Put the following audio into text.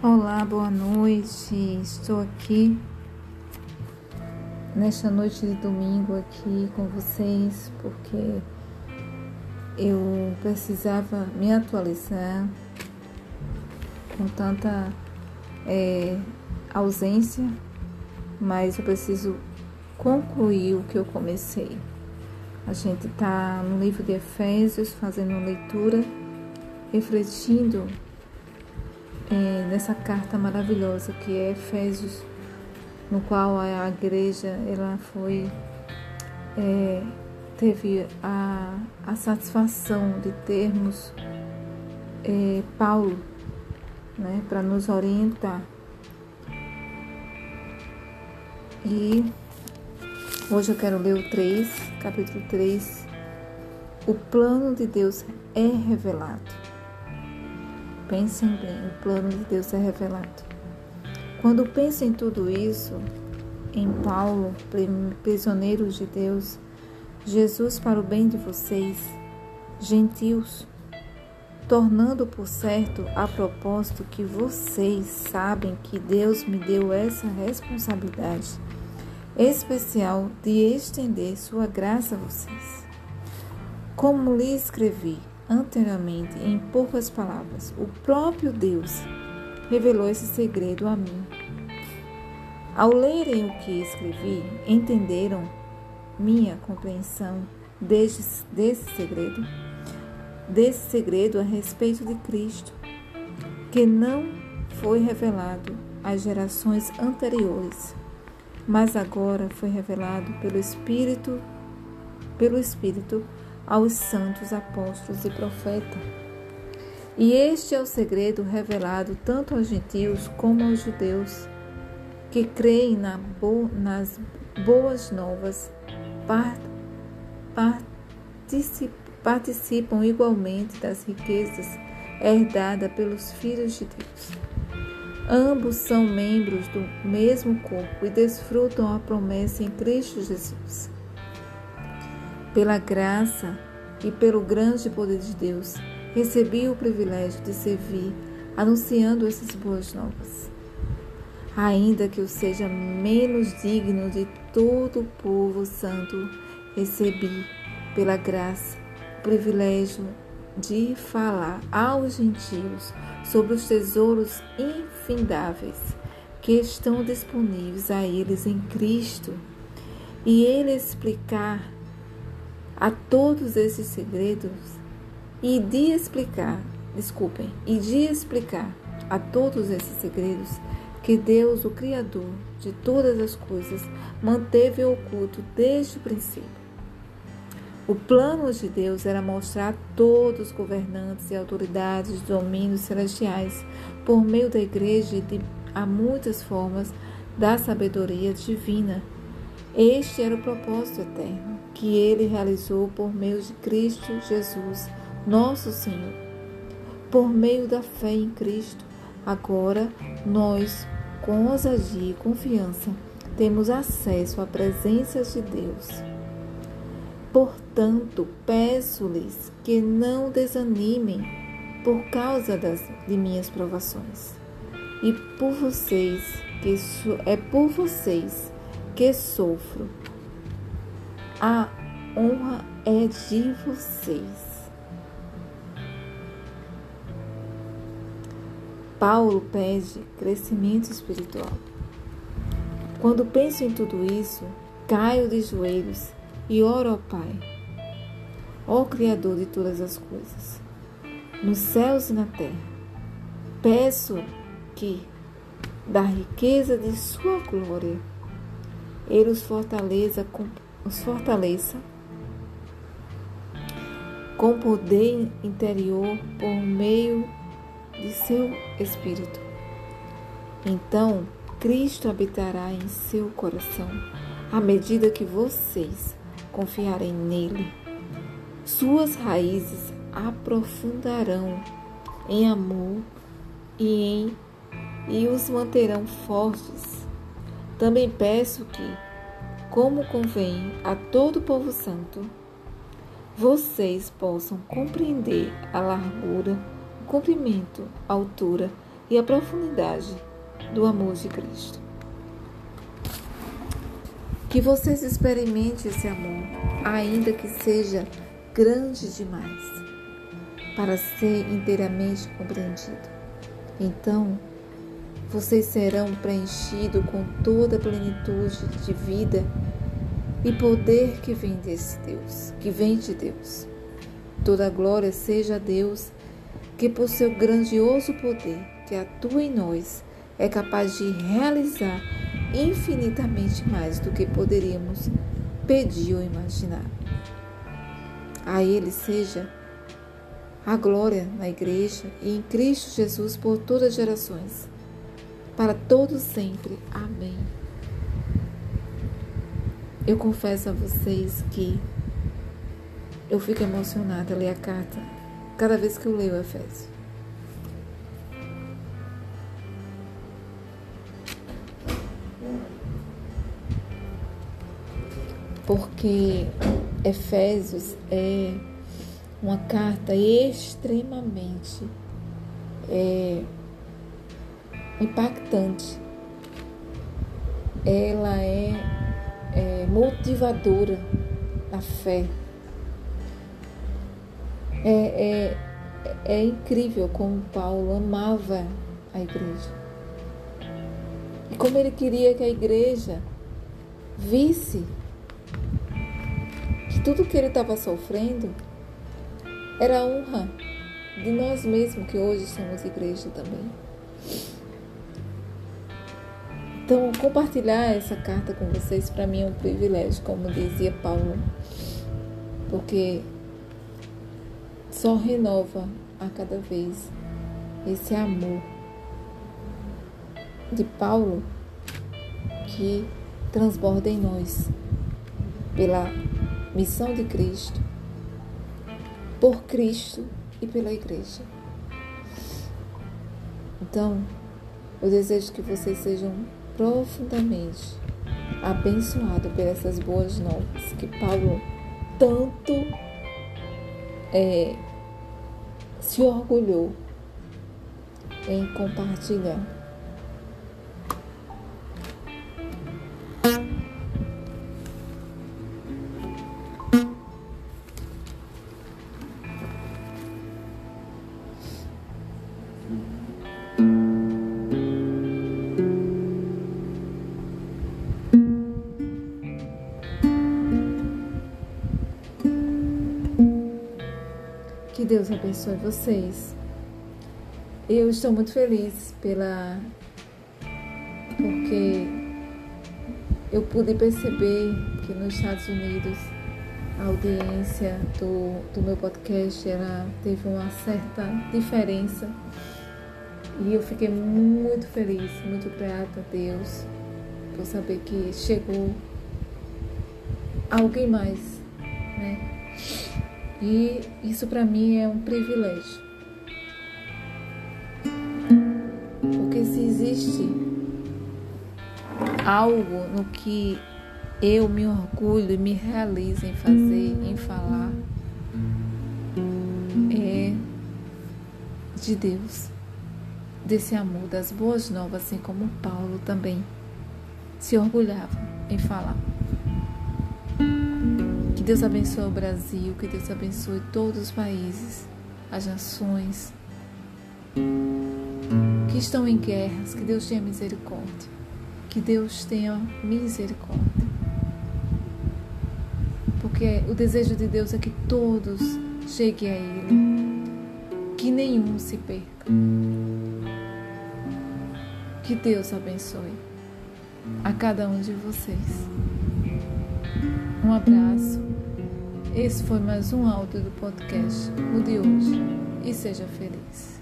Olá, boa noite. Estou aqui nesta noite de domingo aqui com vocês porque eu precisava me atualizar com tanta ausência, mas eu preciso concluir o que eu comecei. A gente está no livro de Efésios fazendo leitura, refletindo nessa carta maravilhosa que é Efésios, no qual a igreja ela teve a satisfação de termos Paulo, né, para nos orientar. E hoje eu quero ler o 3, capítulo 3. O plano de Deus é revelado. Pensem bem, o plano de Deus é revelado. Quando penso em tudo isso, em Paulo, prisioneiro de Deus, Jesus para o bem de vocês, gentios, tornando por certo a propósito que vocês sabem que Deus me deu essa responsabilidade especial de estender sua graça a vocês. Como lhe escrevi anteriormente, em poucas palavras, o próprio Deus revelou esse segredo a mim. Ao lerem o que escrevi, entenderam minha compreensão desse segredo a respeito de Cristo, que não foi revelado às gerações anteriores, mas agora foi revelado pelo Espírito aos santos apóstolos e profetas. E este é o segredo revelado tanto aos gentios como aos judeus, que creem nas boas novas, participam igualmente das riquezas herdadas pelos filhos de Deus. Ambos são membros do mesmo corpo e desfrutam a promessa em Cristo Jesus. Pela graça e pelo grande poder de Deus, recebi o privilégio de servir, anunciando essas boas novas. Ainda que eu seja menos digno de todo o povo santo, recebi, pela graça, o privilégio de falar aos gentios sobre os tesouros infindáveis que estão disponíveis a eles em Cristo, e ele explicar a todos esses segredos e de explicar a todos esses segredos que Deus, o Criador de todas as coisas, manteve oculto desde o princípio. O plano de Deus era mostrar a todos os governantes e autoridades de domínios celestiais, por meio da igreja e a muitas formas da sabedoria divina. Este era o propósito eterno que ele realizou por meio de Cristo Jesus, nosso Senhor. Por meio da fé em Cristo, agora nós, com ousadia e confiança, temos acesso à presença de Deus. Portanto, peço-lhes que não desanimem por causa de minhas provações. E por vocês que sofro. A honra é de vocês. Paulo pede crescimento espiritual. Quando penso em tudo isso, caio de joelhos e oro ao Pai, ó Criador de todas as coisas, nos céus e na terra. Peço que, da riqueza de sua glória, ele os fortaleça com poder interior por meio de seu Espírito. Então, Cristo habitará em seu coração à medida que vocês confiarem nele. Suas raízes aprofundarão em amor e os manterão fortes. Também peço que, como convém a todo o povo santo, vocês possam compreender a largura, o comprimento, a altura e a profundidade do amor de Cristo. Que vocês experimentem esse amor, ainda que seja grande demais, para ser inteiramente compreendido. Então, vocês serão preenchidos com toda a plenitude de vida e poder que vem desse Deus, que vem de Deus. Toda a glória seja a Deus, que por seu grandioso poder que atua em nós, é capaz de realizar infinitamente mais do que poderíamos pedir ou imaginar. A Ele seja a glória na Igreja e em Cristo Jesus por todas as gerações, para todos sempre. Amém. Eu confesso a vocês que eu fico emocionada a ler a carta cada vez que eu leio o Efésios. Porque Efésios é uma carta extremamente impactante. Ela é motivadora na fé. É incrível como Paulo amava a igreja. E como ele queria que a igreja visse que tudo que ele estava sofrendo era honra de nós mesmos, que hoje somos igreja também. Então, compartilhar essa carta com vocês, para mim, é um privilégio, como dizia Paulo, porque só renova a cada vez esse amor de Paulo que transborda em nós pela missão de Cristo, por Cristo e pela igreja. Então, eu desejo que vocês sejam profundamente abençoados por essas boas novas que Paulo tanto se orgulhou em compartilhar. Que Deus abençoe vocês. Eu estou muito feliz porque eu pude perceber que nos Estados Unidos a audiência do meu podcast teve uma certa diferença. E eu fiquei muito feliz, muito grata a Deus por saber que chegou alguém mais, né? E isso para mim é um privilégio. Porque se existe algo no que eu me orgulho e me realizo em fazer, em falar, é de Deus, desse amor, das boas novas, assim como Paulo também se orgulhava em falar. Que Deus abençoe o Brasil, que Deus abençoe todos os países, as nações que estão em guerras, que Deus tenha misericórdia, que Deus tenha misericórdia. Porque o desejo de Deus é que todos cheguem a Ele, que nenhum se perca. Que Deus abençoe a cada um de vocês. Um abraço. Esse foi mais um áudio do podcast, o de hoje. E seja feliz.